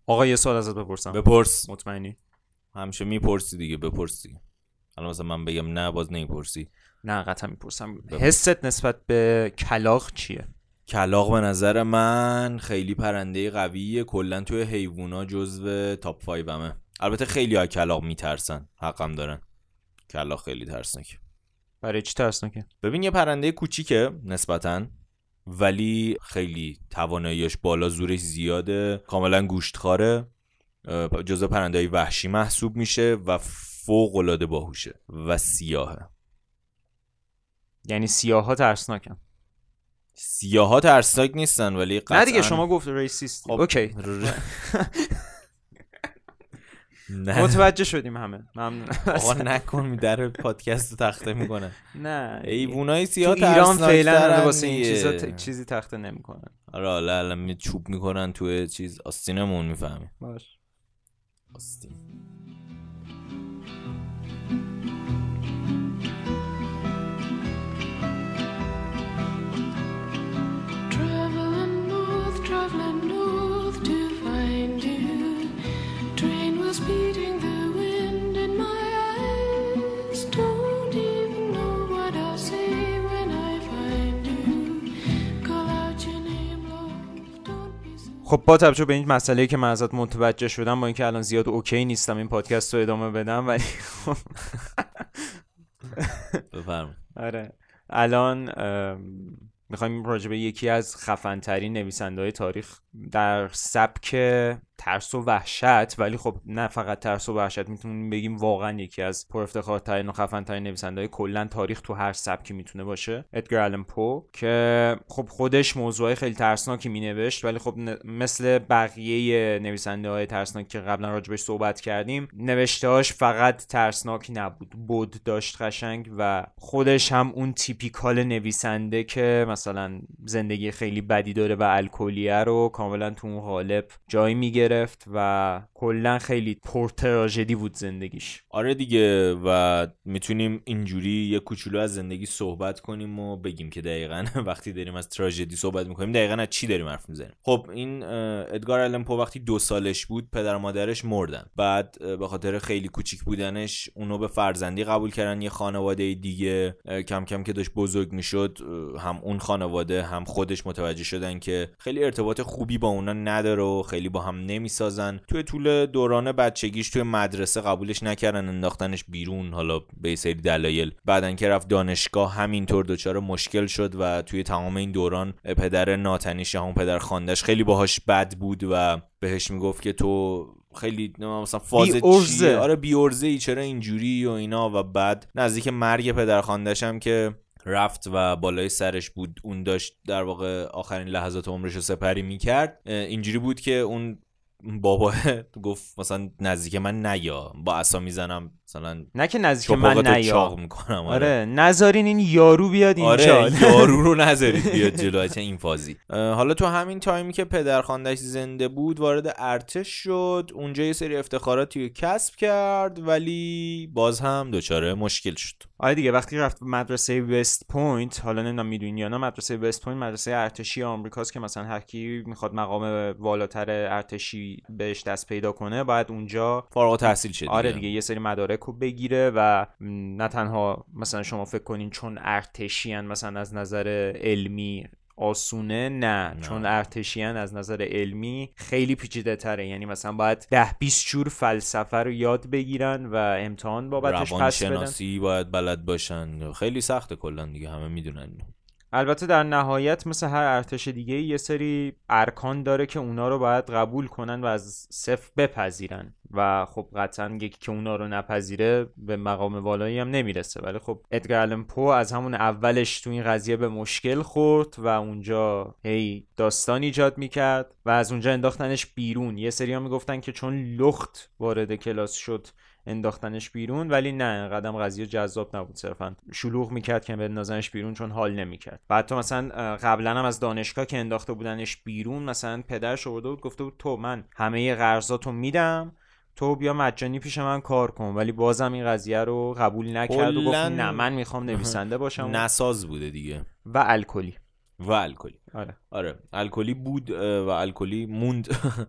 آقا یه سوال ازت بپرسم. بپرس. مطمئنی؟ همیشه میپرسی دیگه، بپرس دیگه. الان مثلا من بگم نه باز نمیپرسی. نه قطعا میپرسم. حست نسبت به کلاغ چیه؟ کلاغ به نظر من خیلی پرنده قویه، کلا توی حیوونا جزو تاپ 5 همه. البته خیلی ها کلاغ میترسن، حقم دارن. کلاغ خیلی ترسناکه. برای چی ترسناکه؟ ببین یه پرنده کوچیکه نسبتاً، ولی خیلی تواناییش بالا، زورش زیاده، کاملا گوشتخواره، جزو پرنده‌های وحشی محسوب میشه و فوق‌العاده باهوشه و سیاهه. یعنی سیاها ترسناکن؟ سیاها ترسناک نیستن ولی قطعاً. نه دیگه شما گفت ریسیست. خب اوکی. نه متوجه شدیم همه. ممنون. آقا نکن، در پادکست رو تخته میکنن. نه حیوانای سیاه تو ایران فعلا ترسناک‌ترن واسه این دیگه. چیزا چیزی تخته نمیکنن. آره الان چوب میکنن توی چیز آستینمون، میفهمی؟ باش. آستین. Traveling north to find you. Train was beating the wind in my eyes. Don't even know what I'll say when I find you. Call out your name, love. Don't be so. خب با توجه به این مسئله‌ای که من ازت متوجه شدم، با اینکه الان زیاد اوکی نیستم این پادکست رو ادامه بدم، ولی بفرمایید. آره الان میخوایم راجع به یکی از خفن‌ترین نویسنده‌های تاریخ در سبک ترس و وحشت، ولی خب نه فقط ترس و وحشت، میتونیم بگیم واقعا یکی از پر افتخارترین و خفن‌ترین نویسنده‌های کلا تاریخ تو هر سبکی میتونه باشه، ادگر آلن پو، که خب خودش موضوعای خیلی ترسناکی مینوشت، ولی خب مثل بقیه نویسنده‌های ترسناک که قبلا راجبش صحبت کردیم، نوشته‌هاش فقط ترسناک نبود، بود داشت قشنگ، و خودش هم اون تیپیکال نویسنده که مثلا زندگی خیلی بدی داره و الکلیه رو کاملا تو اون قالب جای میگرفت و کلا خیلی پر تراژدی بود زندگیش. آره دیگه، و میتونیم اینجوری یه کوچولو از زندگی صحبت کنیم و بگیم که دقیقاً وقتی داریم از تراژدی صحبت میکنیم دقیقاً از چی داریم حرف میزنیم. خب این ادگار آلن پو وقتی 2 سالش بود پدر و مادرش مردن، بعد به خاطر خیلی کوچیک بودنش اونو به فرزندی قبول کردن یه خانواده دیگه. کم کم که داشت بزرگ میشد هم اون خانواده هم خودش متوجه شدن که خیلی ارتباط خوبی با اونا نداره و خیلی با هم نمیسازن. توی طول دوران بچگیش توی مدرسه قبولش نکردن، انداختنش بیرون، حالا به یه سری دلایل. بعدن که رفت دانشگاه همینطور دچار مشکل شد و توی تمام این دوران پدر ناتنیش، همون پدر خواندش، خیلی باهاش بد بود و بهش میگفت که تو خیلی مثلا فاز چیه، آره بی ارزه ای، چرا اینجوری و اینا. و بعد نزدیک مرگ پدرخواندش هم که رفت و بالای سرش بود، اون داشت در واقع آخرین لحظات عمرش رو سپری میکرد، اینجوری بود که اون بابا گفت مثلا نزدیک من نیا، با عصا میزنم، مثلا نه که نزدیک من نیا، چاق میکنم. آره نذارین این یارو بیاد اینجا. آره یارو رو نذارید بیاد جلو، چه این فازی. حالا تو همین تایمی که پدرخواندش زنده بود وارد ارتش شد، اونجا یه سری افتخاراتی کسب کرد ولی باز هم دچار مشکل شد. آره دیگه وقتی رفت مدرسه وست پوینت، حالا نمیدونم میدونی یا نه، مدرسه وست پوینت مدرسه ارتشی آمریکاست که مثلا هر کی میخواد مقام والاتر ارتشی بهش دست پیدا کنه باید اونجا فارغ التحصیل شه. آره دیگه یه سری مدارک رو بگیره و نه تنها مثلا شما فکر کنین چون ارتشیان مثلا از نظر علمی آسونه، نه چون ارتشیان از نظر علمی خیلی پیچیده تره. یعنی مثلا باید 10-20 جور فلسفه رو یاد بگیرن و امتحان بابتش پس بدن، روانشناسی باید بلد باشن، خیلی سخته کلا دیگه، همه میدونن. البته در نهایت مثل هر ارتش دیگه یه سری ارکان داره که اونا رو باید قبول کنن و از صفر بپذیرن و خب قطعا یکی که اونا رو نپذیره به مقام والایی هم نمیرسه. ولی خب ادگر آلن پو از همون اولش تو این قضیه به مشکل خورد و اونجا هی داستان ایجاد میکرد و از اونجا انداختنش بیرون. یه سری ها میگفتن که چون لخت وارد کلاس شد انداختنش بیرون، ولی نه، قدم قضیه جذاب نبود، صرفا شلوغ میکرد که بندازنش بیرون چون حال نمیکرد. بعد تو مثلا قبلا هم از دانشگاه که انداخته بودنش بیرون، مثلا پدرش آورده بود گفته بود تو من همه قرضاتو میدم، تو بیا مجانی پیش من کار کن، ولی بازم این قضیه رو قبول نکرد و گفت نه من میخوام نویسنده باشم. نساز بوده دیگه و الکلی. آره آره الکلی بود و الکلی موند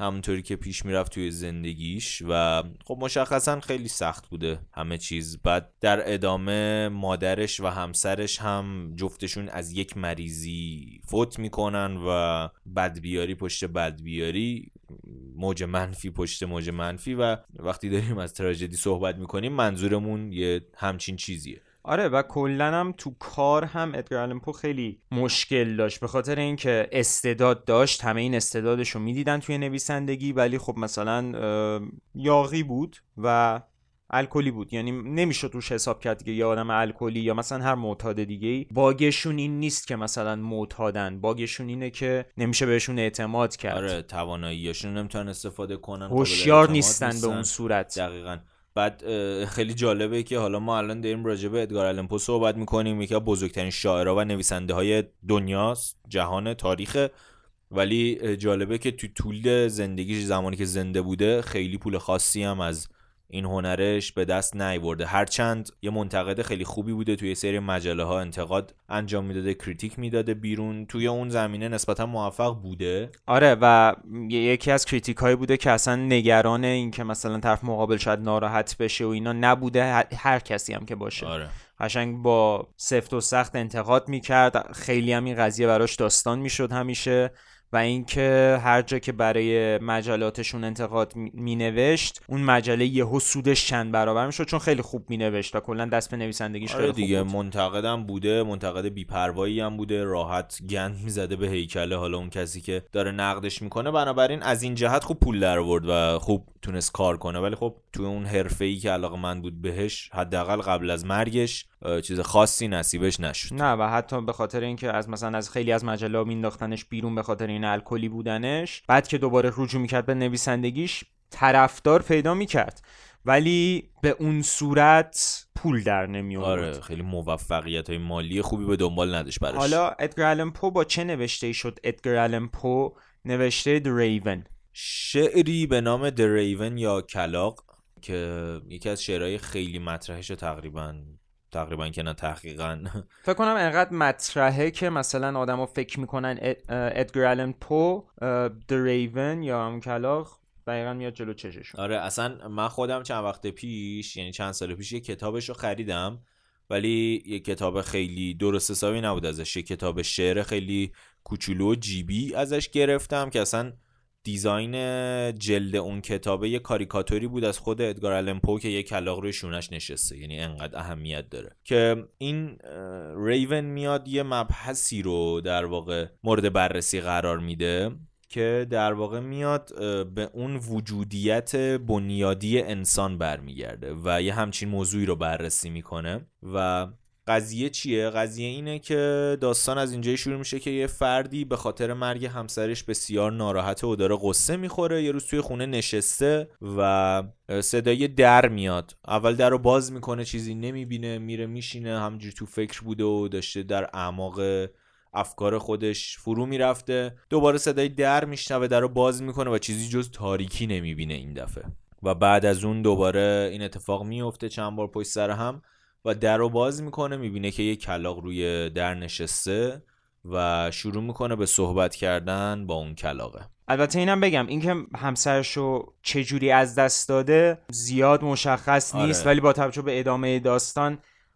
همونطوری که پیش میرفت توی زندگیش و خب مشخصا خیلی سخت بوده همه چیز. بعد در ادامه مادرش و همسرش هم جفتشون از یک مریضی فوت میکنن و بدبیاری پشت بدبیاری، موج منفی پشت موج منفی، و وقتی داریم از تراژدی صحبت میکنیم منظورمون یه همچین چیزیه. آره و کلن هم تو کار هم ادگار آلن پو خیلی مشکل داشت، به خاطر اینکه استعداد داشت، همه این استعدادشو میدیدن توی نویسندگی، ولی خب مثلا یاغی بود و الکلی بود، یعنی نمیشه توش حساب کرد که یه آدم الکلی یا مثلا هر معتاد دیگه‌ای باگشون این نیست که مثلا معتادن، باگشون اینه که نمیشه بهشون اعتماد کرد. آره تواناییاشون نمیتونن استفاده کنن، هوشیار نیستن به اون صورت. دقیقاً. بعد خیلی جالبه که حالا ما الان داریم راجع به ادگار آلن پو صحبت میکنیم، یکی از بزرگترین شاعرها و نویسنده های دنیاست، جهان، تاریخ، ولی جالبه که تو طول زندگیش، زمانی که زنده بوده، خیلی پول خاصی هم از این هنرش به دست نیاورده. هرچند یه منتقد خیلی خوبی بوده، توی سری مجله ها انتقاد انجام میداده، کریتیک میداده بیرون، توی اون زمینه نسبتا موفق بوده. آره و یکی از کریتیک هایی بوده که اصلا نگران این که مثلا طرف مقابل شاید ناراحت بشه و اینا نبوده، هر کسی هم که باشه. آره. قشنگ با سفت و سخت انتقاد میکرد، خیلی هم این قضیه براش داستان میشد همیشه، و اینکه هر جا که برای مجلاتشون انتقاد مینوشت اون مجله یهو سودش چند برابر میشد، چون خیلی خوب مینوشت و کلا دست به نویسندگیش خیلی دیگه خوب بود. منتقدم بوده، منتقد بی‌پروایی هم بوده، راحت گند میزده به هیکل حالا اون کسی که داره نقدش میکنه، بنابراین از این جهت خوب پول در آورد و خوب تونست کار کنه. ولی خب تو اون حرفه‌ای که علاقه‌مند بود بهش، حداقل قبل از مرگش چیز خاصی نصیبش نشد. نه و حتی به خاطر اینکه از مثلا از خیلی از مجله‌ها مینداختنش بیرون به خاطر این الکلی بودنش، بعد که دوباره رجوع میکرد به نویسندگیش طرفدار پیدا میکرد، ولی به اون صورت پول در نمی آورد. آره خیلی موفقیت‌های مالی خوبی به دنبال نداشت براش. حالا ادگار آلن پو با چه نوشته‌ای شد ادگار آلن پو؟ نوشته The Raven، شعری به نام The Raven یا کلاغ، که یکی از شعرهای خیلی مطرحشه، تقریبا که نه تحقیقاً فکر کنم انقدر مطرحه که مثلا آدم‌ها فکر میکنن ادگار آلن پو The Raven یا هم کلاغ دقیقاً میاد جلو چششون. آره اصلا من خودم چند وقت پیش، یعنی چند سال پیش، یه کتابش رو خریدم، ولی یه کتاب خیلی درست حسابی نبود ازش، یه کتاب شعر خیلی کوچولو و جیبی ازش گرفتم که اصلا دیزاین جلد اون کتابه یه کاریکاتوری بود از خود ادگار آلن پو که یه کلاغ روی شونش نشسته، یعنی انقدر اهمیت داره که این ریون میاد یه مبحثی رو در واقع مورد بررسی قرار میده که در واقع میاد به اون وجودیت بنیادی انسان برمیگرده و یه همچین موضوعی رو بررسی میکنه. و قضیه چیه؟ قضیه اینه که داستان از اینجایی شروع میشه که یه فردی به خاطر مرگ همسرش بسیار ناراحته و داره قصه میخوره. یه روز توی خونه نشسته و صدای در میاد، اول در رو باز میکنه، چیزی نمیبینه، میره میشینه، همجوری تو فکر بوده و داشته در اعماق افکار خودش فرو میرفته. دوباره صدای در میشنوه، در رو باز میکنه و چیزی جز تاریکی نمیبینه این دفعه. و بعد از اون دوباره این اتفاق میفته چند بار پشت سر هم و در رو باز میکنه، میبینه که یه کلاغ روی در نشسته و شروع میکنه به صحبت کردن با اون کلاغه. البته اینم بگم اینکه همسرشو چجوری از دست داده زیاد مشخص نیست، ولی با توجه به ادامه داستان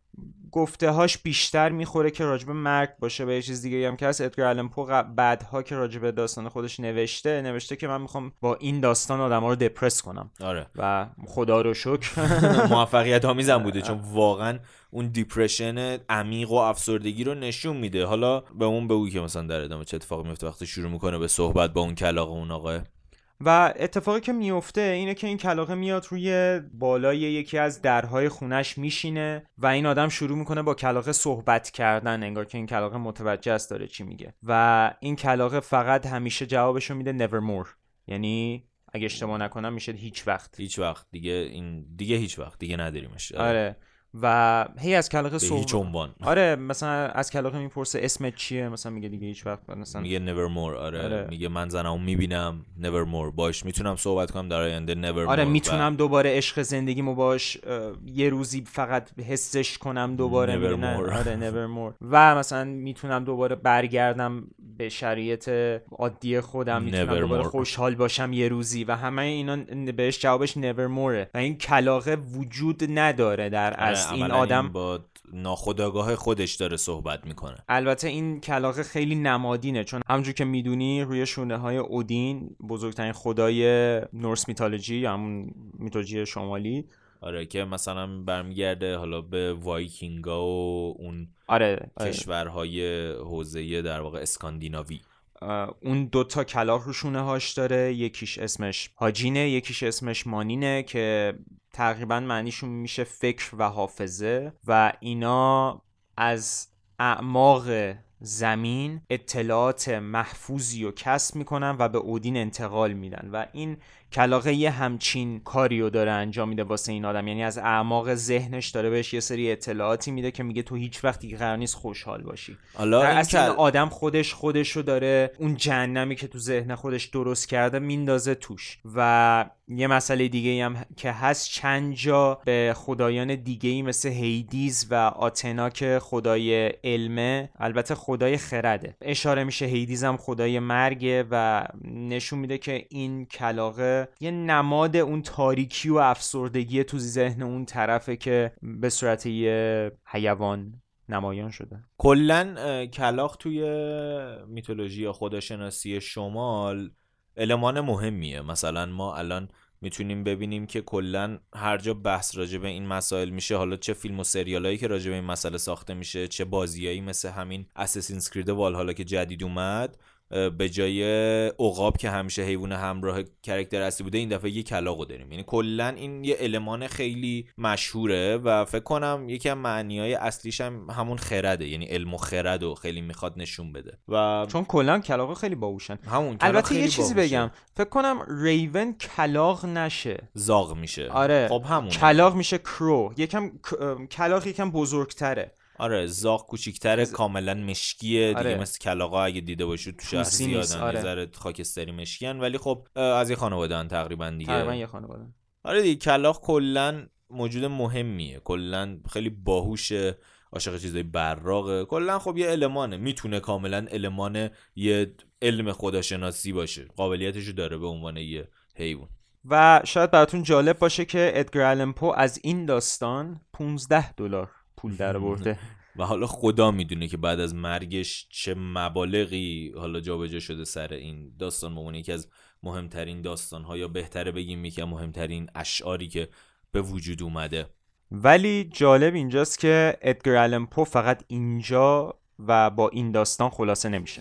گفته هاش بیشتر میخوره که راجب مرگ باشه. به یه چیز دیگه هم که هست، ادگار آلن پو بعدها که راجب داستان خودش نوشته که من میخوام با این داستان آدما رو دپرس کنم. آره. و خدا رو شکر موفقیت آمیزم بوده، چون واقعا اون دیپرشن عمیق و افسردگی رو نشون میده. حالا به اون بگو که مثلا در ادامه چه اتفاقی میفته وقتی شروع میکنه به صحبت با اون کلاغ اون آقا. و اتفاقی که میفته اینه که این کلاغه میاد روی بالای یکی از درهای خونش میشینه و این آدم شروع میکنه با کلاغه صحبت کردن، انگار که این کلاغه متوجه است داره چی میگه. و این کلاغه فقط همیشه جوابشو میده nevermore، یعنی اگه اشتباه نکنم میشه هیچ وقت دیگه هیچ وقت دیگه نداریمش. آره. و هی از کلاغه هیچ عنوان. آره مثلا از کلاغه میپرسه اسمت چیه، مثلا میگه دیگه هیچ وقت، مثلا میگه nevermore. آره. میگه من زنمو میبینم nevermore، باش میتونم صحبت کنم در آینده nevermore. آره میتونم دوباره عشق زندگیمو باش یه روزی فقط حسش کنم دوباره nevermore. آره nevermore. و مثلا میتونم دوباره برگردم به شرایط عادی خودم میتونم دوباره خوشحال باشم یه روزی و همه اینا بهش جوابش nevermore و این کلاغه وجود نداره در اصل. این آدم با ناخودآگاه خودش داره صحبت میکنه. البته این کلاغه خیلی نمادینه چون همونجور که میدونی روی شونه های اودین، بزرگترین خدای نورس میتولوژی یا همون میتولوژی شمالی، آره که مثلا برمیگرده حالا به وایکینگا و اون کشورهای حوزه در واقع اسکاندیناوی. اون دوتا کلاغ رو شونه هاش داره، یکیش اسمش هاجینه، یکیش اسمش مانینه که تقریبا معنیشون میشه فکر و حافظه و اینا از اعماق زمین اطلاعات محفوظی رو کسب میکنن و به اودین انتقال میدن و این کلاغه یه همچین کاریو داره انجام میده واسه این آدم، یعنی از اعماق ذهنش داره بهش یه سری اطلاعاتی میده که میگه تو هیچ وقتی قرار نیست خوشحال باشی. اصلا آدم خودشو داره اون جهنمی که تو ذهن خودش درست کرده میندازه توش. و یه مسئله دیگه هم که هست، چند جا به خدایان دیگه‌ای مثل هیدیز و آتنا که خدای علمه، البته خدای خرده، اشاره میشه. هیدیز هم خدای مرگه و نشون میده که این کلاغه یه نماد اون تاریکی و افسردگی تو ذهن اون طرفه که به صورت یه حیوان نمایان شده. کلن کلاغ توی میتولوژی یا خداشناسی شمال المان مهمیه. مثلا ما الان میتونیم ببینیم که کلن هر جا بحث راجع به این مسائل میشه، حالا چه فیلم و سریالایی که راجع به این مسئله ساخته میشه، چه بازیایی مثل همین اساسینز کرید والهالا که جدید اومد، به جای عقاب که همیشه حیوان همراه کاراکتر اصلی بوده این دفعه یه کلاغو داریم. یعنی کلا این یه المان خیلی مشهوره و فکر کنم یکی از معنیای اصلیش هم همون خرده، یعنی علم و خرد رو خیلی میخواد نشون بده و چون کلا کلاغ خیلی باهوشن. البته یه چیزی بگم، فکر کنم ریون کلاغ نشه، زاغ میشه. آره خب همون کلاغ میشه کرو، یکم کلاغ یکم بزرگتره. آره زاغ کوچیک‌تره، کاملا مشکیه دیگه. مثل کلاغا اگه دیده باشید تو شهر زیادن یه ذره خاکستری مشکیان، ولی خب از یه خانواده‌ان تقریبا دیگه. تقریبا یه خانواده. آره دیگه کلاغ کلا موجود مهمیه، کلا خیلی باهوشه، عاشق چیزای براقه، کلا خب یه المانه، میتونه کاملا المان یه علم خداشناسی باشه، قابلیتشو داره به عنوان یه حیوان. و شاید براتون جالب باشه که ادگر آلن پو از این داستان $15 پول در برده و حالا خدا میدونه که بعد از مرگش چه مبالغی حالا جابجا شده سر این داستان، به عنوان یکی از مهمترین داستان‌ها یا بهتره بگیم یکی از مهمترین اشعاری که به وجود اومده. ولی جالب اینجاست که ادگر آلن پو فقط اینجا و با این داستان خلاصه نمیشه.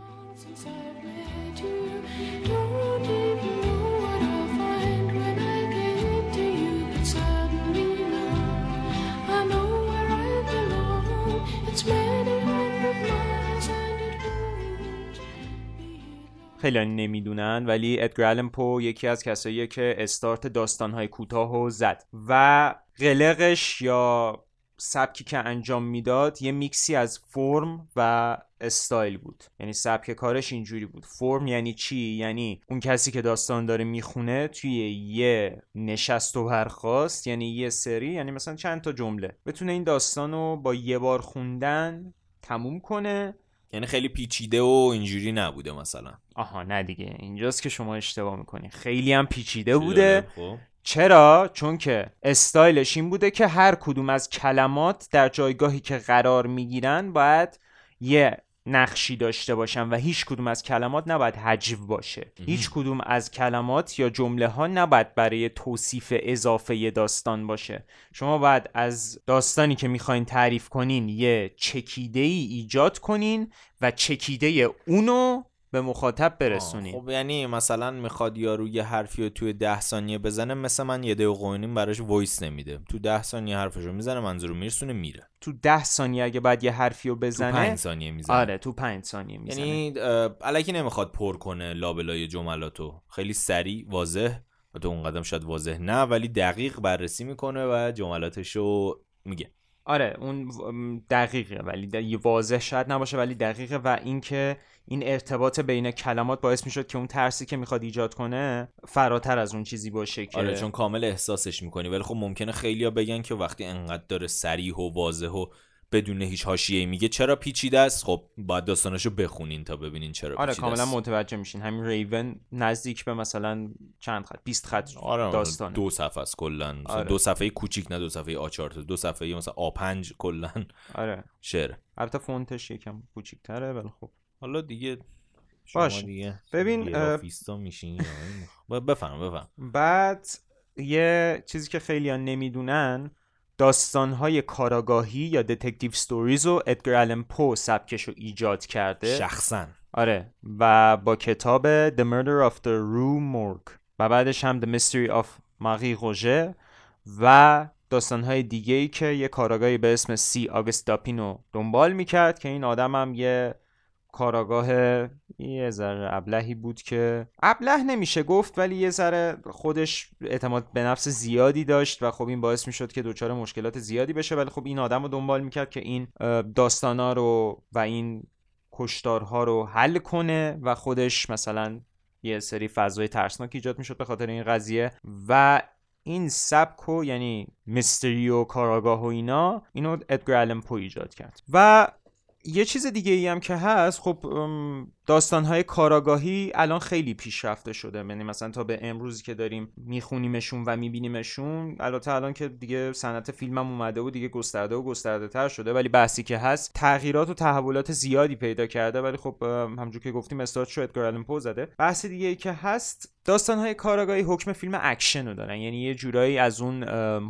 خیلی نمیدونن ولی ادگر آلن پو یکی از کساییه که استارت داستان‌های کوتاهو زد و قلقش یا سبکی که انجام میداد یه میکسی از فرم و استایل بود. یعنی سبک کارش اینجوری بود. فرم یعنی چی؟ یعنی اون کسی که داستان داره میخونه توی یه نشست و برخاست، یعنی یه سری، یعنی مثلا چند تا جمله، بتونه این داستانو با یه بار خوندن تموم کنه. یعنی خیلی پیچیده و اینجوری نبوده مثلا. آها نه دیگه، اینجاست که شما اشتباه میکنی، خیلی هم پیچیده بوده. چرا؟ چون که استایلش این بوده که هر کدوم از کلمات در جایگاهی که قرار میگیرن باید یه نقشی داشته باشن و هیچ کدوم از کلمات نباید حجو باشه. هیچ کدوم از کلمات یا جمله ها نباید برای توصیف اضافه داستان باشه. شما باید از داستانی که میخواین تعریف کنین یه چکیده‌ای ایجاد کنین و چکیده اونو به مخاطب برسونین. خب یعنی مثلا میخواد یارو یه حرفی رو توی 10 ثانیه بزنه، مثل من یه دقیقه و نیم براش وایس نمیده، تو 10 ثانیه حرفشو میزنه، منظورو میرسونه، میره. تو 10 ثانیه اگه بعد یه حرفی رو بزنه تو 5 ثانیه میزنه. آره تو 5 ثانیه میزنه. یعنی الکی نمیخواد پر کنه لابلای جملاتو، خیلی سریع واضح، تو اون قدم شاید واضح نه ولی دقیق بررسی میکنه و جملاتشو میگه. آره اون دقیقه ولی واضح شاید نباشه ولی دقیقه. و اینکه این ارتباط بین کلمات باعث میشد که اون ترسی که میخواد ایجاد کنه فراتر از اون چیزی باشه که آره چون کامل احساسش میکنی. ولی خب ممکنه خیلیا بگن که وقتی انقدر داره صریح و واضح و بدون هیچ حاشیه‌ای میگه چرا پیچیده است. خب باید داستانشو بخونین تا ببینین چرا آره پیچیده است. کاملا متوجه میشین. همین ریون نزدیک به مثلا چند خط 20 خط داستانه. 2 صفحه است کلا. آره. 2 صفحه کوچیک، نه 2 صفحه A4، 2 صفحه مثلا A5 کلا. آره شعر. البته فونتش یکم کوچیک‌تره ولی خب حالا دیگه باشه. دیگه ببین گرافیستا میشین. بفهم. بعد یه چیزی که خیلی‌ها نمیدونن، داستان‌های کاراگاهی یا دتکتیو ستوریز رو ادگر آلن پو سبکش رو ایجاد کرده شخصا. آره و با کتاب The Murder of the Rue Morgue و بعدش هم The Mystery of Marie Roger و داستان‌های دیگه‌ای که یه کاراگاهی به اسم سی آگوست داپینو دنبال می‌کرد که این آدم هم یه کاراگاه یه ذره ابلهی بود که ابله نمیشه گفت ولی یه ذره خودش اعتماد به نفس زیادی داشت و خب این باعث میشد که دچار مشکلات زیادی بشه، ولی خب این آدم رو دنبال میکرد که این داستانا رو و این کشتارها رو حل کنه و خودش مثلا یه سری فضای ترسناک ایجاد میشد به خاطر این قضیه و این سبکو یعنی میستری و کاراگاه و اینا اینو ادگر آلن پو ایجاد کرد. و یه چیز دیگه ای هم که هست، خب داستان‌های کاراگاهی الان خیلی پیشرفته شده، یعنی مثلا تا به امروزی که داریم میخونیمشون و میبینیمشون، البته الان که دیگه صنعت فیلم هم اومده و دیگه گسترده تر شده، ولی بحثی که هست تغییرات و تحولات زیادی پیدا کرده، ولی خب همونجوری که گفتیم استارت شو ادگر آلن پو زده. بحث دیگه ای که هست، داستان‌های کاراگاهی حکم فیلم اکشن رو دارن، یعنی یه جورایی از اون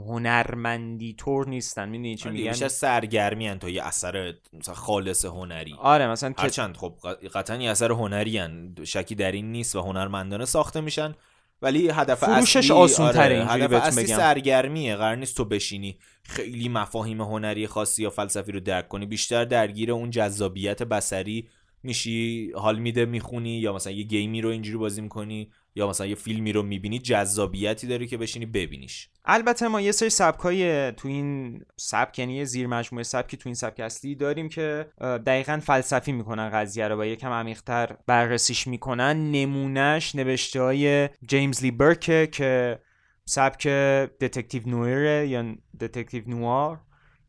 هنرمندی طور نیستن، میدونی چی میگن؟ میشه سرگرمی ان تا یه اثر مثلا خالص هنری. آره مثلا هرچند خب قطعا یه اثر هنری ان، شکی در این نیست و هنرمندانه ساخته میشن، ولی هدف فروشش اصلی آسان‌تره. اینجوری هدف بهتون اصلی بگم سرگرمیه. قرار نیست تو بشینی خیلی مفاهیم هنری خاصی یا فلسفی رو درک کنی، بیشتر درگیر اون جذابیت بصری میشی، حال میده میخونی، یا مثلا یه گیمی رو اینجوری بازی میکنی، یا مثلا یه فیلمی رو میبینی جذابیتی داره که بشینی ببینیش. البته ما یه سری سبکای تو این سبک، یعنی یه زیر مجموعه سبکی تو این سبک اصلی داریم که دقیقاً فلسفی میکنن قضیه رو و یکم عمیق‌تر بررسیش میکنن. نمونهش نوشته‌های جیمز لی برکه که سبک دتکتیو نوئر یا دتکتیو نوار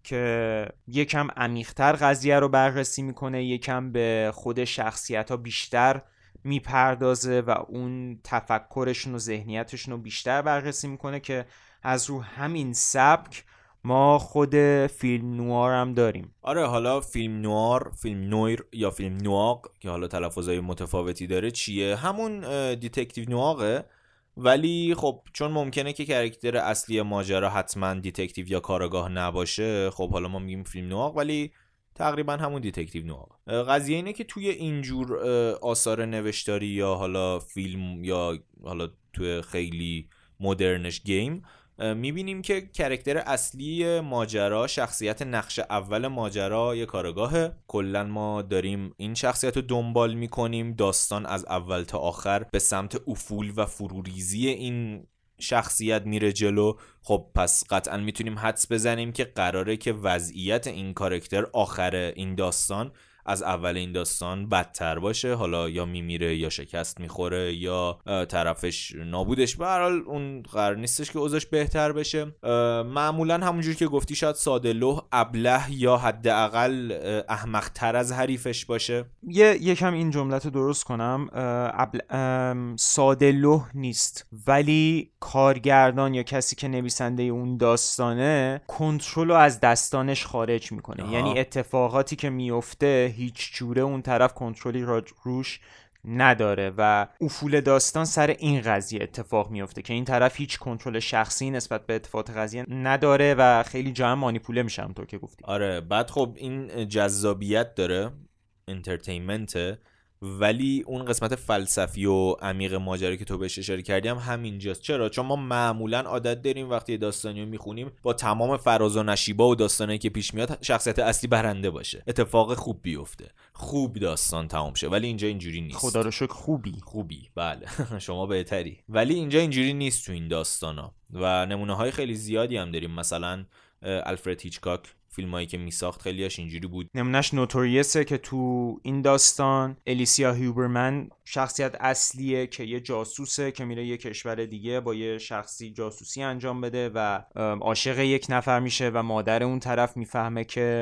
که یکم عمیق‌تر قضیه رو بررسی میکنه، یکم به خود شخصیت‌ها بیشتر میپردازه و اون تفکرشون و ذهنیتشون رو بیشتر بررسی میکنه، که از رو همین سبک ما خود فیلم نوار هم داریم. آره حالا فیلم نوار، فیلم نویر یا فیلم نواق که حالا تلفظهای متفاوتی داره چیه، همون دیتکتیو نواقه، ولی خب چون ممکنه که کاراکتر اصلی ماجرا حتما دیتکتیو یا کاراگاه نباشه، خب حالا ما میگیم فیلم نواق ولی تقریبا همون دیتکتیو نواق. قضیه اینه که توی اینجور آثار نوشتاری یا حالا فیلم یا حالا توی خیلی مدرنش گیم میبینیم که کاراکتر اصلی ماجرا، شخصیت نقش اول ماجرا یه کارگاهه، کلا ما داریم این شخصیت رو دنبال میکنیم، داستان از اول تا آخر به سمت افول و فروریزی این شخصیت میره جلو. خب پس قطعا میتونیم حدس بزنیم که قراره که وضعیت این کاراکتر آخر این داستان از اول این داستان بدتر باشه، حالا یا میمیره یا شکست میخوره یا طرفش نابودش، به هر حال اون قرار نیستش که اوضاعش بهتر بشه. معمولا همونجوری که گفتی شاید ساده لوح، ابله یا حداقل احمق‌تر از حریفش باشه. یکم این جملت رو درست کنم، ساده لوح نیست، ولی کارگردان یا کسی که نویسنده اون داستانه کنترل رو از دستانش خارج میکنه. یعنی اتفاقاتی که میفته هیچ جوره اون طرف کنترلی روش نداره و افول داستان سر این قضیه اتفاق میفته که این طرف هیچ کنترل شخصی نسبت به اتفاقات قضیه نداره و خیلی جا هم مانیپوله میشه همونطور که گفتی. آره بعد خب این جذابیت داره، انترتینمنته، ولی اون قسمت فلسفی و عمیق ماجرا که تو بهش اشاره کردی هم همینجاست. چرا؟ چون ما معمولا عادت داریم وقتی داستانی رو میخونیم با تمام فراز و نشیبا و داستانی که پیش میاد شخصیت اصلی برنده باشه، اتفاق خوب بیفته، خوب داستان تمام شه، ولی اینجا اینجوری نیست. خدا رو شکر خوبی بله شما بهتری، ولی اینجا اینجوری نیست تو این داستانا و نمونه های خیلی زیادی هم داریم. مثلا آلفرد هیچکاک فیلمایی که میساخت خیلیاش اینجوری بود. نمونهش نوتوریسه که تو این داستان الیسیا هیوبرمن شخصیت اصلیه که یه جاسوسه که میره یه کشور دیگه با یه شخصی جاسوسی انجام بده و عاشق یک نفر میشه و مادر اون طرف میفهمه که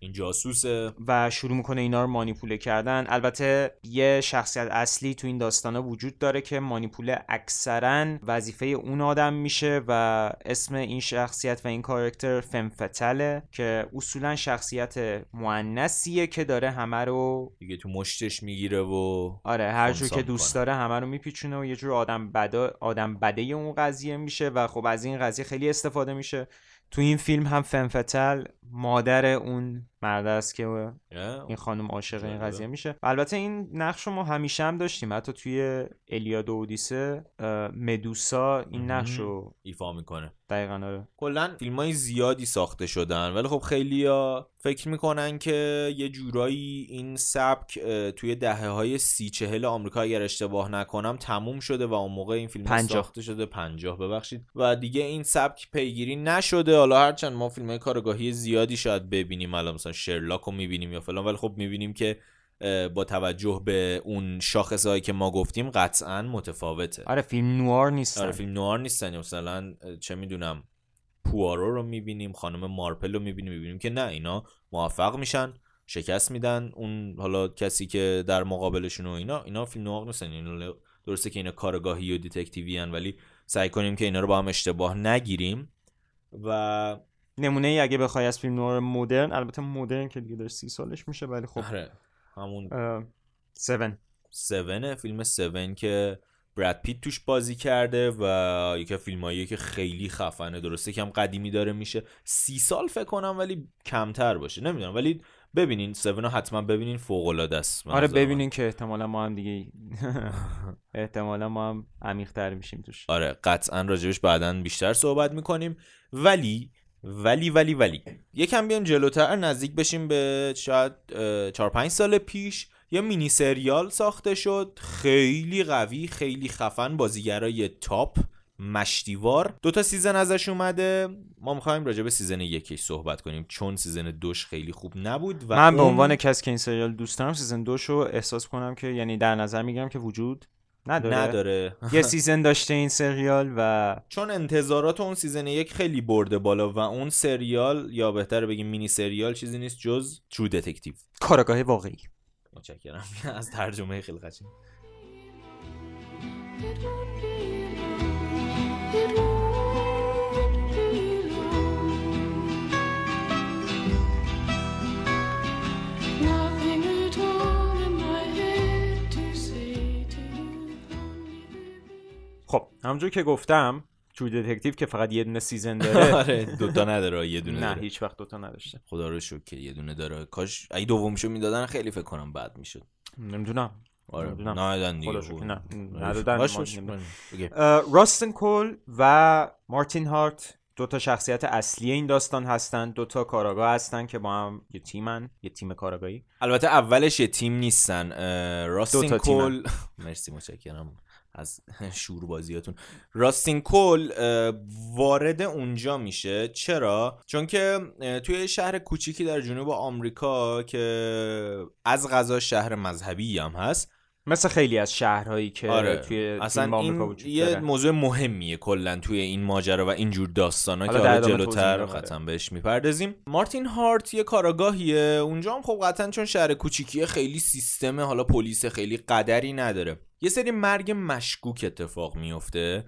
این جاسوسه و شروع میکنه اینا رو مانیپوله کردن. البته یه شخصیت اصلی تو این داستانا وجود داره که مانیپوله اکثرا وظیفه اون آدم میشه و اسم این شخصیت و این کاراکتر فمفتله که اصولا شخصیت مؤنثیه که داره همه رو دیگه تو مشتش میگیره و آره هر جور که خونسا دوست می‌کنه. داره همه رو میپیچونه و یه جور آدم بده اون قضیه میشه و خب از این قضیه خیلی استفاده میشه. تو این فیلم هم فمفتل مادر اون مرد است که این خانم عاشق این قضیه میشه. البته این نقش رو ما همیشه هم داشتیم، حتی توی الیاد و اودیسه مدوسا این نقش رو ایفا میکنه. دقیقاً آره. کلا فیلمای زیادی ساخته شدن ولی خب خیلیا فکر میکنن که یه جورایی این سبک توی دهه‌های 30-40 آمریکا اگر اشتباه نکنم تموم شده و اون موقع این فیلم ساخته شده 50 ببخشید و دیگه این سبک پیگیری نشده. حالا هرچند ما فیلمای کارگاهی زیادی شاید ببینیم، الان مثلا شرلاک رو میبینیم یا فلان، ولی خب میبینیم که با توجه به اون شاخصهایی که ما گفتیم قطعاً متفاوته. آره فیلم نوار نیستن. آره فیلم نوار نیستن. مثلا چه میدونم پوارو رو میبینیم، خانم مارپل رو میبینیم که نه اینا موفق میشن، شکست میدن اون حالا کسی که در مقابلشون و اینا فیلم نوار نیستن. اینا درسته که اینا کارگاهی و دیتکتیوی ان ولی سعی کنیم که اینا رو با هم اشتباه نگیریم. و نمونه ای اگه بخوای از فیلم نوار مدرن، البته مدرن که دیگه داره 30 سالش میشه ولی خب آره همون 7 فیلم 7 که براد پیت توش بازی کرده و یکی از فیلماییه که خیلی خفنه. درسته که هم قدیمی داره میشه 30 سال فکر کنم ولی کمتر باشه نمیدونم، ولی ببینین 7 رو حتما ببینین، فوق العاده است. آره ببینین که احتمالا ما هم دیگه احتمالا ما هم عمیق‌تر میشیم توش. آره قطعا راجبش بعداً بیشتر صحبت میکنیم. ولی یکم بیام جلوتر نزدیک بشیم به شاید 4-5 سال پیش یه مینی سریال ساخته شد خیلی قوی، خیلی خفن، بازیگرای تاپ، مشتیوار. 2 سیزن ازش اومده. ما میخوایم راجع به سیزن 1 صحبت کنیم چون سیزن 2 خیلی خوب نبود و من به عنوان کسی که این سریال دوست دارم سیزن 2 رو احساس کنم که یعنی در نظر میگیرم که وجود نداره. یه سیزن داشته این سریال و چون انتظارات اون سیزن 1 خیلی برده بالا و اون سریال یا بهتره بگیم مینی سریال چیزی نیست جز ترو دتکتیو، کارگاه واقعی. متشکرم از ترجمه خیلی قشنگ. خب همونجور که گفتم ترو دتکتیو که فقط یه دونه سیزن داره آره 2 تا نداره، یه دونه نه داره. هیچ وقت 2 تا نداشته. خدا رو شکر که یه دونه داره. کاش اگه دومشو میدادن خیلی فکر کنم بد میشد. نمیدونم. آره ندادن دیگه. خدا شکر ندادن. اوکی. راستن کول و مارتین هارت 2 تا شخصیت اصلی این داستان هستن، 2 تا کاراگاه هستن که با هم یه تیمن، یه تیم کاراگاهی. البته اولش یه تیم نیستن. راستین کول مرسی متشکرم از شور بازیاتون. راستین کول وارد اونجا میشه. چرا؟ چون که توی شهر کوچیکی در جنوب آمریکا که از قضا شهر مذهبی هم هست، مثل خیلی از شهرهایی که توی اصلا آمریکا وجود یه داره. موضوع مهمیه کلا توی این ماجرا و اینجور داستانا که حالا جلوتر قطعا بهش میپردازیم. مارتین هارت یه کاراگاهیه اونجا هم. خب قطعا چون شهر کوچیکیه خیلی سیستم حالا پلیس خیلی قدری نداره. یه سری مرگ مشکوک اتفاق میفته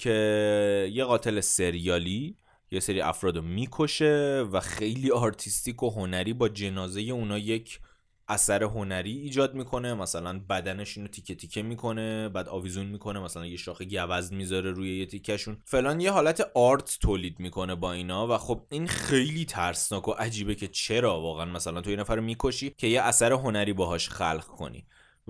که یه قاتل سریالی یه سری افرادو میکشه و خیلی آرتیستیک و هنری با جنازه اونا یک اثر هنری ایجاد میکنه. مثلا بدنشون رو تیکه تیکه میکنه، بعد آویزون میکنه، مثلا یه شاخه گوزن میذاره روی یه تیکشون فلان، یه حالت آرت تولید میکنه با اینا. و خب این خیلی ترسناک و عجیبه که چرا واقعا مثلا تو یه نفر رو میکشی که یه اثر هنری باهاش خلق کنی.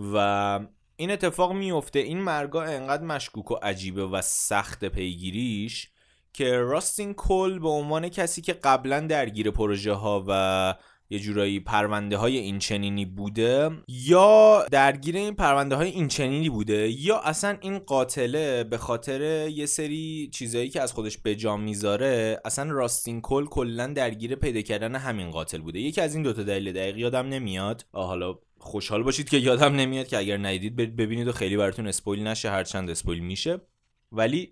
و این اتفاق میفته. این مرگا انقدر مشکوک و عجیبه و سخت پیگیریش که راستین کول به عنوان کسی که قبلا درگیر پروژه ها و یه جورایی پرونده های این چنینی بوده، یا درگیر این پرونده های این چنینی بوده، یا اصلا این قاتله به خاطر یه سری چیزایی که از خودش به جا میذاره، اصلا راستین کول کلن درگیر پیدا کردن همین قاتل بوده. یکی از این 2 تا دلیل دقیق یادم نمیاد. حالا خوشحال باشید که یادم نمیاد که اگر ندیدید ببینید و خیلی براتون اسپویل نشه، هرچند اسپویل میشه. ولی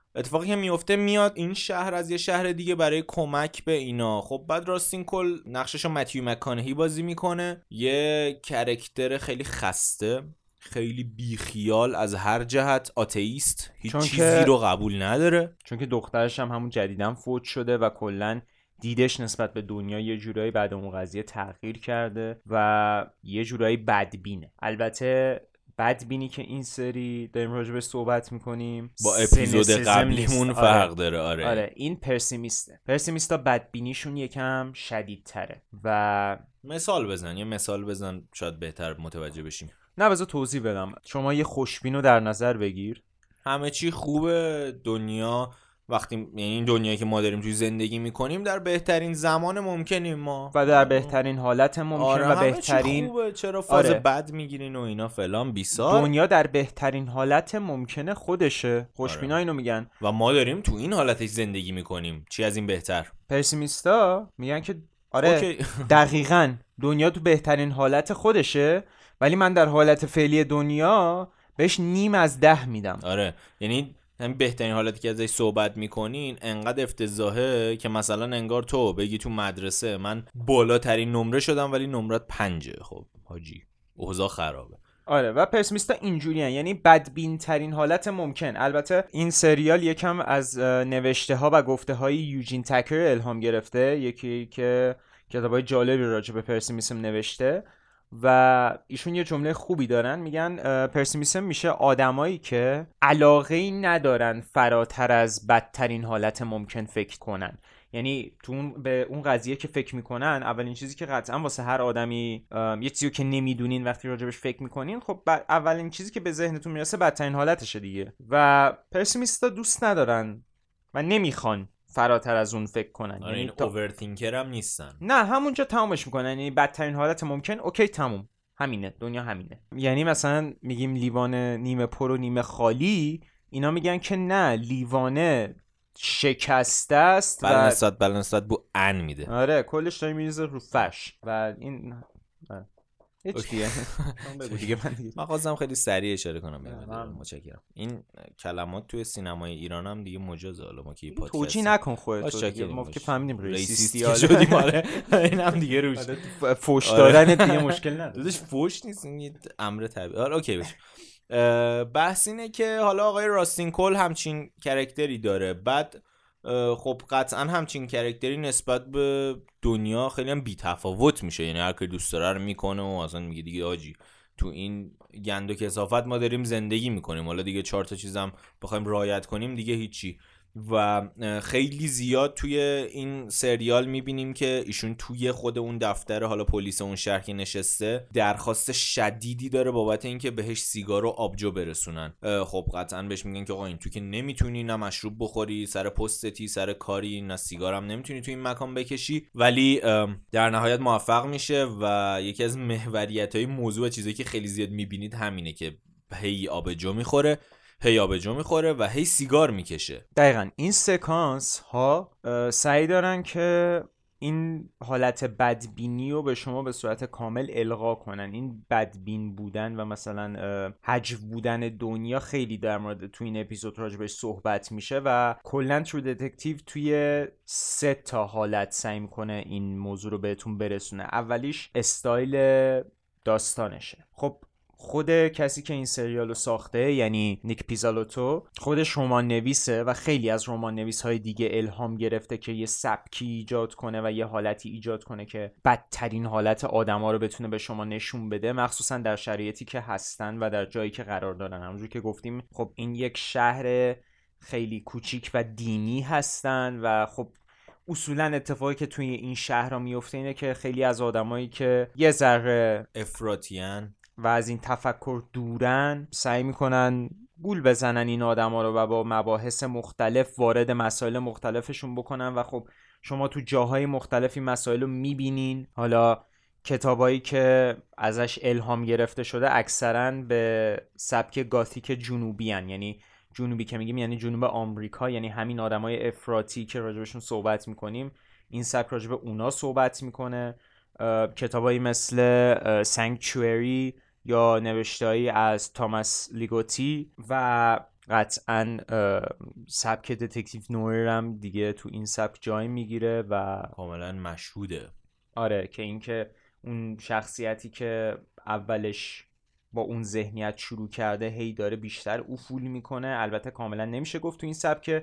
اتفاقی که میفته میاد این شهر از یه شهر دیگه برای کمک به اینا. خب بعد راستین کل نقششو متیو مکانهی بازی میکنه، یه کرکتر خیلی خسته، خیلی بیخیال از هر جهت، آتئیست، هیچ چیزی رو قبول نداره، چون که دخترش هم همون جدیدن فوت شده و کلن دیدش نسبت به دنیا یه جورایی بعد اون قضیه تغییر کرده و یه جورایی بدبینه. البته بدبینی که این سری داریم راجبش صحبت میکنیم با اپیزود قبلیمون فرق داره. آره این پرسیمیستا بدبینیشون یکم شدیدتره. و یه مثال بزن شاید بهتر متوجه بشیم. نه بذار توضیح بدم. شما یه خوشبینو در نظر بگیر، همه چی خوبه، دنیا وقتی یعنی این دنیایی که ما داریم توی زندگی میکنیم در بهترین زمان ممکنیم ما و در بهترین حالت ممکن و بهترین خوبه. چرا فاز بد میگیرین و اینا فلان بیسار؟ دنیا در بهترین حالت ممکنه خودشه. خوشبینا اینو میگن و ما داریم تو این حالتش زندگی میکنیم. چی از این بهتر؟ پرسیمیستا میگن که آره دقیقاً دنیا تو بهترین حالت خودشه، ولی من در حالت فعلی دنیا بهش 9 از 10 میدم. آره یعنی همین بهترین حالتی که ازش صحبت میکنین انقدر افتضاحه که مثلا انگار تو بگی تو مدرسه من بالاترین نمره شدم ولی نمرات 5. خب حاجی اوضاع خرابه. آره و پرسیمیستا اینجوریه، یعنی بدبین ترین حالت ممکن. البته این سریال یکم از نوشته ها و گفته های یوجین تکر الهام گرفته، یکی که کتابای جالبی راجع به پرسیمیسم نوشته و ایشون یه جمله خوبی دارن، میگن پرسیمیسم میشه آدمایی که علاقه‌ای ندارن فراتر از بدترین حالت ممکن فکر کنن. یعنی تو به اون قضیه که فکر میکنن، اولین چیزی که قطعا واسه هر آدمی یه چیزی که نمیدونین وقتی راجبش فکر میکنین، خب اولین چیزی که به ذهنتون میرسه بدترین حالتشه دیگه. و پرسیمیستا دوست ندارن و نمیخوان فراتر از اون فکر کنن. یعنی این اوورتینکر هم نیستن، نه همونجا تمامش میکنن. یعنی بدترین حالت ممکن، اوکی تموم، همینه دنیا همینه. یعنی مثلا میگیم لیوان نیمه پر و نیمه خالی، اینا میگن که نه، لیوانه شکسته است و بلنسات بو ان میده. آره کلش داری میریزه رو فش و این هیچ دیگه. من خواستم خیلی سریع اشاره کنم. متشکرم. این کلمات توی سینمای ایران هم دیگه مجازه. حالا ما که پادکست توجیه نکن خودت، ما که فهمیدیم ریسیستی شدیم. آره این هم دیگه روش فوش دادن دیگه مشکل نداره. داداش فوش نیست، این یه امر طبیعی. آره اوکی باشه. بحث اینه که حالا آقای راستین کل همچین کرکتری داره، بعد خب قطعا همچین کرکتری نسبت به دنیا خیلی هم بی‌تفاوت میشه. یعنی هر کی دوست داره رو میکنه و اصلا میگه دیگه آجی تو این گند و کثافت ما داریم زندگی میکنیم، حالا دیگه 4 تا چیزم بخوایم رعایت کنیم دیگه هیچی. و خیلی زیاد توی این سریال میبینیم که ایشون توی خود اون دفتر حالا پلیس اون شهر که نشسته درخواست شدیدی داره بابت اینکه بهش سیگار و آبجو برسونن. خب قطعا بهش میگن که آقا این تو که نمیتونی نه مشروب بخوری، سر پستتی، سر کاری، نه سیگارم نمیتونی تو این مکان بکشی، ولی در نهایت موفق میشه. و یکی از محوریت‌های موضوع چیزایی که خیلی زیاد میبینید همینه که هی آبجو میخوره و هی سیگار میکشه. دقیقاً این سکانس ها سعی دارن که این حالت بدبینی رو به شما به صورت کامل القا کنن. این بدبین بودن و مثلا حجو بودن دنیا خیلی در مورد تو این اپیزود راجبش صحبت میشه و کلاً ترو دتکتیو توی 3 تا حالت سعی میکنه این موضوع رو بهتون برسونه. اولیش استایل داستانشه. خب خود کسی که این سریالو ساخته یعنی نیک پیزالوتو خودش رمان نویسه و خیلی از رمان نویس‌های دیگه الهام گرفته که یه سبکی ایجاد کنه و یه حالتی ایجاد کنه که بدترین حالت آدما رو بتونه به شما نشون بده، مخصوصا در شرایطی که هستن و در جایی که قرار دارن. همونجور که گفتیم خب این یک شهر خیلی کوچیک و دینی هستن و خب اصولا اتفاقی که توی این شهرها میفته اینه که خیلی از آدمایی که یه ذره افراطیان و از این تفکر دورن سعی میکنن گول بزنن این آدما رو و با مباحث مختلف وارد مسائل مختلفشون بکنن و خب شما تو جاهای مختلفی مسائل رو میبینین. حالا کتابایی که ازش الهام گرفته شده اکثرا به سبک گاتیک جنوبی هن. یعنی جنوبی که میگیم یعنی جنوب آمریکا، یعنی همین آدمای افراطی که راجبشون صحبت میکنیم این سبک راجب اونا صحبت میکنه. کتابایی مثل سانکچوئری یا نوشته‌ای از تاماس لیگوتی و قطعا سبک دتکتیو نویر هم دیگه تو این سبک جای میگیره و کاملا مشهوده. آره که اینکه اون شخصیتی که اولش با اون ذهنیت شروع کرده هی داره بیشتر افول میکنه. البته کاملا نمیشه گفت تو این سبک،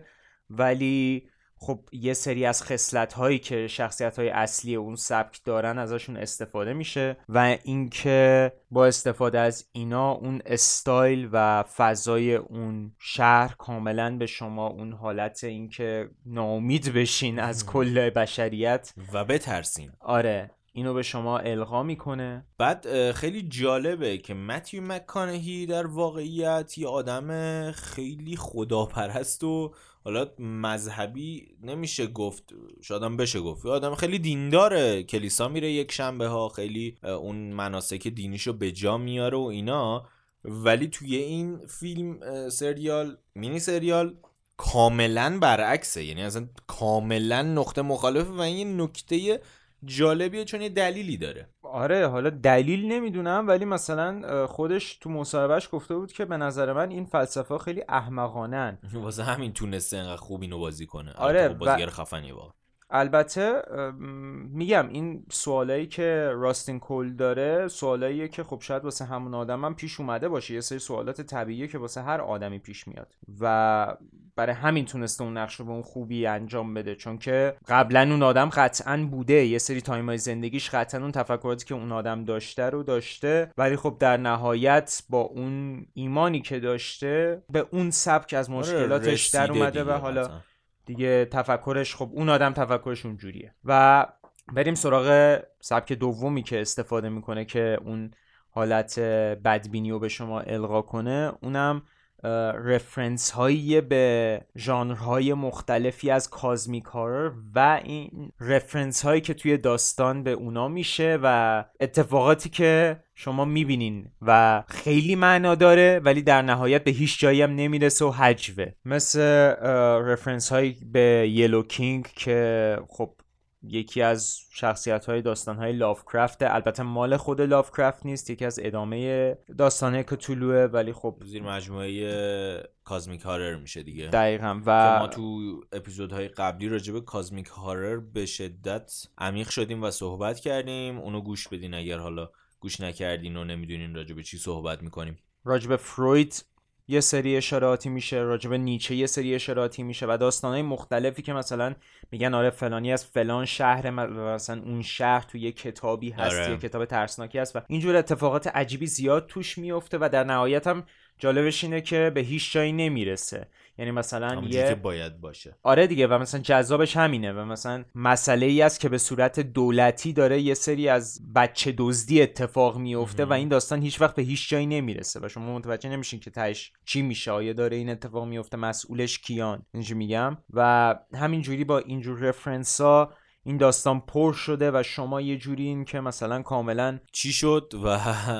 ولی خب یه سری از خصلت‌هایی که شخصیت‌های اصلی اون سبک دارن ازشون استفاده میشه و اینکه با استفاده از اینا اون استایل و فضای اون شهر کاملا به شما اون حالت اینکه ناامید بشین از کل بشریت و بترسین، آره اینو به شما القا میکنه. بعد خیلی جالبه که متیو مک‌کانهی در واقعیت یه آدم خیلی خداپرست و حالا مذهبی نمیشه گفت، شاید هم بشه گفت، یه آدم خیلی دینداره، کلیسا میره یک شنبه ها، خیلی اون مناسک دینیشو به جا میاره و اینا، ولی توی این فیلم سریال مینی سریال کاملا برعکسه، یعنی اصلا کاملا نقطه مخالفه و این نکته جالبیه چون یه دلیلی داره. آره حالا دلیل نمیدونم، ولی مثلا خودش تو مصاحبهش گفته بود که به نظر من این فلسفه خیلی احمقانن، واسه همین تونسته انقدر خوب اینو بازی کنه. آره بازیگر خفنیه واقعا. البته میگم این سوالایی که راستین کول داره سوالاییه که خب شاید واسه همون آدم هم پیش اومده باشه، یه سری سوالات طبیعیه که واسه هر آدمی پیش میاد و برای همین تونسته اون نقش رو به اون خوبی انجام بده، چون که قبلا اون آدم قطعاً بوده، یه سری تایمای زندگیش قطعاً اون تفکراتی که اون آدم داشته رو داشته، ولی خب در نهایت با اون ایمانی که داشته به اون سبک از مشکلاتش در اومده و حالا دیگه تفکرش، خب اون آدم تفکرش اونجوریه. و بریم سراغ سبک دومی که استفاده میکنه که اون حالت بدبینی رو به شما القا کنه، اونم رفرنس هایی به ژانرهای مختلفی از کازمیک هارر و این رفرنس هایی که توی داستان به اونا میشه و اتفاقاتی که شما میبینین و خیلی معنا داره ولی در نهایت به هیچ جایی هم نمیرسه و حجوه، مثل رفرنس هایی به یلو کینگ که خب یکی از شخصیت‌های داستان‌های لافکرافت، البته مال خود لافکرافت نیست، یکی از ادامه داستان‌های کتولوه، ولی خب زیر مجموعه کازمیک هارر میشه دیگه. دقیقاً. و که ما تو اپیزودهای قبلی راجع به کازمیک هارر به شدت عمیق شدیم و صحبت کردیم، اونو گوش بدین اگر حالا گوش نکردین و نمیدونین راجع به چی صحبت میکنیم. راجع به فروید یه سری اشاراتی میشه، راجع به نیچه یه سری اشاراتی میشه و داستانهای مختلفی که مثلا میگن آره فلانی از فلان شهر، مثلا اون شهر توی یه کتابی هست، یه کتاب ترسناکی هست و اینجور اتفاقات عجیبی زیاد توش میفته و در نهایت هم جالبش اینه که به هیچ جایی نمیرسه، یعنی مثلا یه که باید باشه. آره دیگه، و مثلا جذابش همینه و مثلا مسئله ای است که به صورت دولتی داره یه سری از بچه دزدی اتفاق میفته و این داستان هیچ وقت به هیچ جایی نمیرسه و شما متوجه نمیشین که تهش چی میشه، آیا داره این اتفاق میفته، مسئولش کیان، اینجوری میگم. و همینجوری با اینجور رفرنسا این داستان پر شده و شما یه جوری این که مثلا کاملا چی شد و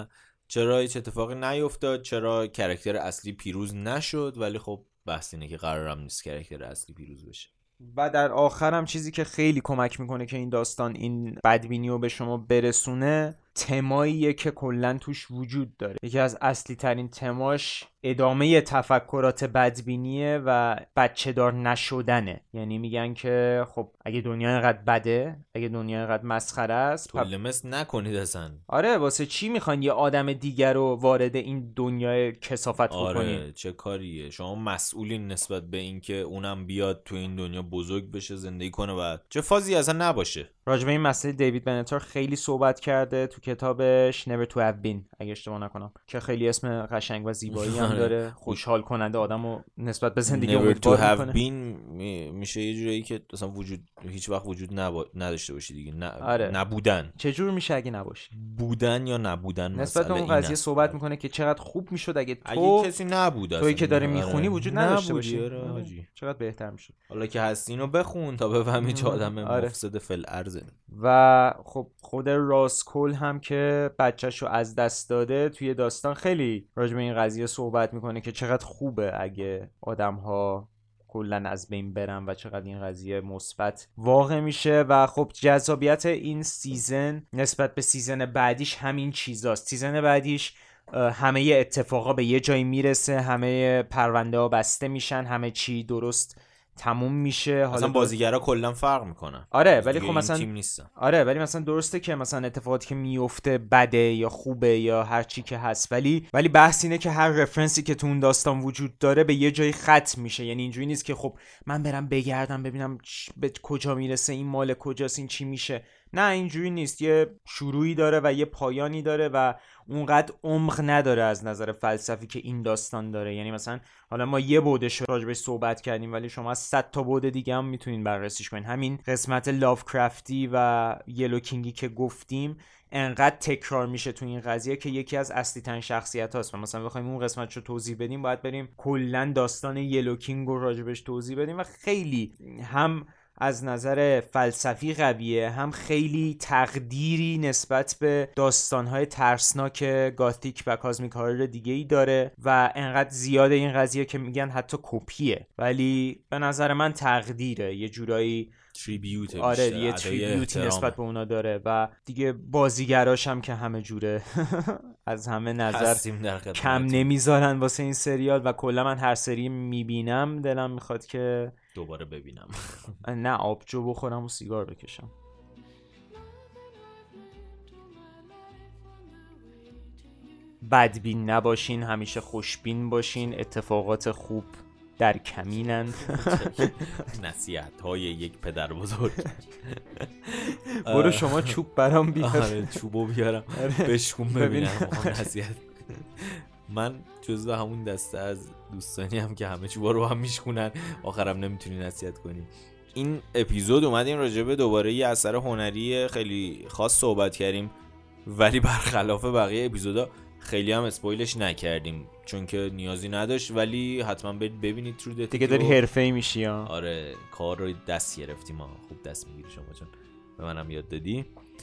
چرا هیچ اتفاقی نیفتاد، چرا کاراکتر اصلی پیروز نشد، ولی خب بحث اینه که قرارم نیست کاراکتر اصلی پیروز بشه. و در آخرم چیزی که خیلی کمک میکنه که این داستان این بدبینی رو به شما برسونه، تماییه که کلن توش وجود داره. یکی از اصلی ترین تماش ادامه تفکرات بدبینیه و بچه دار نشدنه. یعنی میگن که خب اگه دنیا اینقدر بده، اگه دنیا اینقدر مسخره است، طولمس نکنید اصلا. آره واسه چی میخواین یه آدم دیگر رو وارد این دنیای کثافت بکنید؟ آره چه کاریه، شما مسئولین نسبت به این که اونم بیاد تو این دنیا بزرگ بشه، زندگی کنه و چه فازی اصلا نباشه. راجع به این مسئله دیوید بنتار خیلی صحبت کرده تو کتابش Never to Have Been اگه اشتباه نکنم، که خیلی اسم قشنگ و زیبایی هم داره، خوشحال کننده آدمو نسبت به زندگی امیدوار میکنه. Never to Have Been میشه یه جوری که اصلا هیچ وقت وجود نداشته باشی دیگه. آره. نبودن چه جور میشه اگه نباشی؟ بودن یا نبودن نسبت به اون قضیه صحبت میکنه که چقدر خوب میشد اگه کسی نبود، تویی که داره میخونی وجود نداشته باشی. چقدر بهتر میشد. حالا که هست اینو بخون تا بفهمی چه آدم مفسد فل ارزه. و خب خود راسکول هم که بچه‌شو از دست داده توی داستان خیلی راجع به این قضیه صحبت میکنه که چقدر خوبه اگه آدم‌ها کلن از بین برن و چقدر این قضیه مثبت واقع میشه. و خب جذابیت این سیزن نسبت به سیزن بعدیش همین چیزاست. سیزن بعدیش همه اتفاقا به یه جایی میرسه، همه پرونده ها بسته میشن، همه چی درست تموم میشه. مثلا بازیگرا کلا فرق میکنن. آره ولی خب مثلا تیم نیستن. آره ولی مثلا درسته که مثلا اتفاقاتی که میفته بده یا خوبه یا هر چی که هست، ولی بحث اینه که هر رفرنسی که تو اون داستان وجود داره به یه جایی ختم میشه. یعنی اینجوری نیست که خب من برم بگردم ببینم به کجا میرسه، این مال کجاست، این چی میشه. نه اینجوری نیست، یه شروعی داره و یه پایانی داره و اونقدر عمق نداره از نظر فلسفی که این داستان داره. یعنی مثلا حالا ما یه بودش راجبش صحبت کردیم ولی شما 100 تا بود دیگه هم میتونین بررسیش کنین. همین قسمت لافکرافتی و یلو کینگی که گفتیم انقدر تکرار میشه تو این قضیه که یکی از اصلی ترین شخصیت هاست و مثلا بخوایم اون قسمتشو توضیح بدیم باید بریم کلا داستان یلو کینگ رو راجبش توضیح بدیم و خیلی هم از نظر فلسفی قویه، هم خیلی تقدیری نسبت به داستان‌های ترسناک گاتیک و کازمیک هارر دیگه‌ای داره و انقدر زیاده این قضیه که میگن حتی کپیه، ولی به نظر من تقدیره، یه جورایی تریبیوت. آره یه تریبیوتی نسبت به اونا داره و دیگه بازیگراش هم که همه جوره از همه نظر کم نمیذارن واسه این سریال و کلا من هر سری میبینم دلم میخواد که دوباره ببینم. نه آبجو بخورم و سیگار بکشم. بدبین نباشین، همیشه خوشبین باشین، اتفاقات خوب در کمینن. نصیحت های یک پدر بزرگ. برو شما چوب برام بیار. آره چوبو بیارم بشکون ببینم نصیحت. من جزو همون دسته از دوستانی هم که همه چوبا رو هم میشکونن آخرم نمیتونی نصیحت کنی. این اپیزود اومدیم راجع به دوباره یه اثر هنری خیلی خاص صحبت کردیم ولی برخلاف بقیه اپیزودا خیلی هم اسپویلش نکردیم چون که نیازی نداشت، ولی حتما برید ببینید ترو دتکتیو. دیگه داری حرفه‌ای میشی ها. آره کار رو دست گرفتیم ها. خوب دست میگیری شما چون به منم یاد دادی.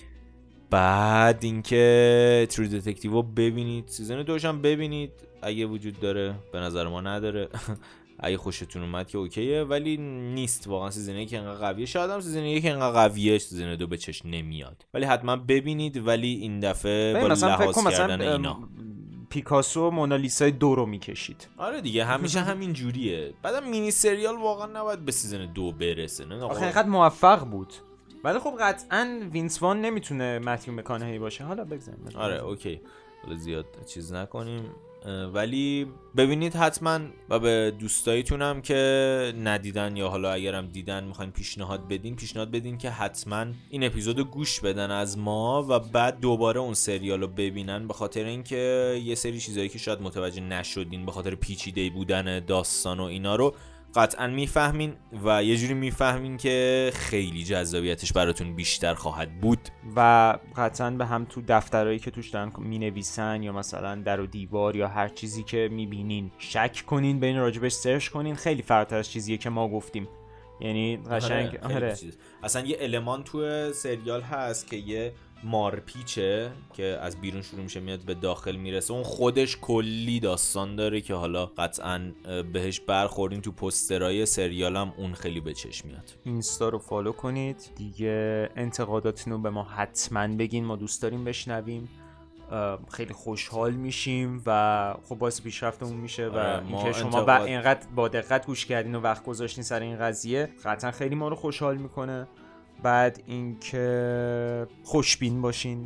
بعد اینکه ترو دتکتیو ببینید، سیزن 2 هم ببینید اگه وجود داره، به نظر ما نداره. اگه خوشتون اومد که اوکیه ولی نیست واقعا سیزن 1 انقدر قویه، شاید هم سیزن 1 انقدر قویه سیزن 2 به چشم نمیاد، ولی حتما ببینید. ولی این دفعه با لحاظ کردن اینا پیکاسو مونالیسای 2 رو میکشید. آره دیگه همیشه همین جوریه. بعدم مینی سریال واقعا نباید به سیزن 2 برسه. نه آخه اینقدر موفق بود. ولی خب قطعاً وینس وان نمیتونه متیو مکانهی باشه. حالا بگذاریم. آره اوکی. حالا زیاد چیز نکنیم ولی ببینید حتما و به دوستایتونم که ندیدن یا حالا اگرم دیدن میخواین پیشنهاد بدین که حتما این اپیزودو گوش بدن از ما و بعد دوباره اون سریالو ببینن، به خاطر اینکه یه سری چیزایی که شاید متوجه نشدین به خاطر پیچیده بودن داستان و اینا رو قطعا میفهمین و یه جوری میفهمین که خیلی جذابیتش براتون بیشتر خواهد بود و قطعا به هم تو دفترهایی که توش دارن مینویسن یا مثلا در و دیوار یا هر چیزی که میبینین شک کنین، برین راجبش سرچ کنین. خیلی فراتر از چیزیه که ما گفتیم. یعنی قشنگ آره. اصلا یه المان تو سریال هست که یه مارپیچه که از بیرون شروع میشه میاد به داخل میرسه، اون خودش کلی داستان داره که حالا قطعاً بهش برخوردین تو پوسترهای سریالم، اون خیلی به چشم میاد. اینستا رو فالو کنید دیگه، انتقاداتونو به ما حتما بگین، ما دوست داریم بشنویم، خیلی خوشحال میشیم و خب باعث پیشرفتمون میشه و اینکه شما اینقدر با دقت گوش کردین و وقت گذاشتین سر این قضیه قطعا خیلی ما رو خوشحال میکنه. بعد اینکه خوشبین باشین.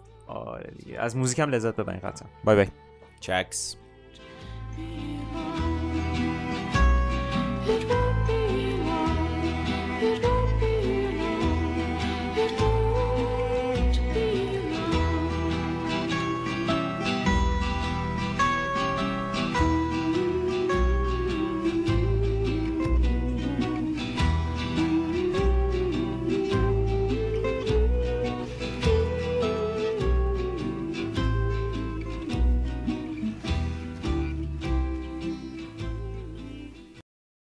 آره دیگه از موزیک هم لذت ببرین قطعا. بای بای. چکس.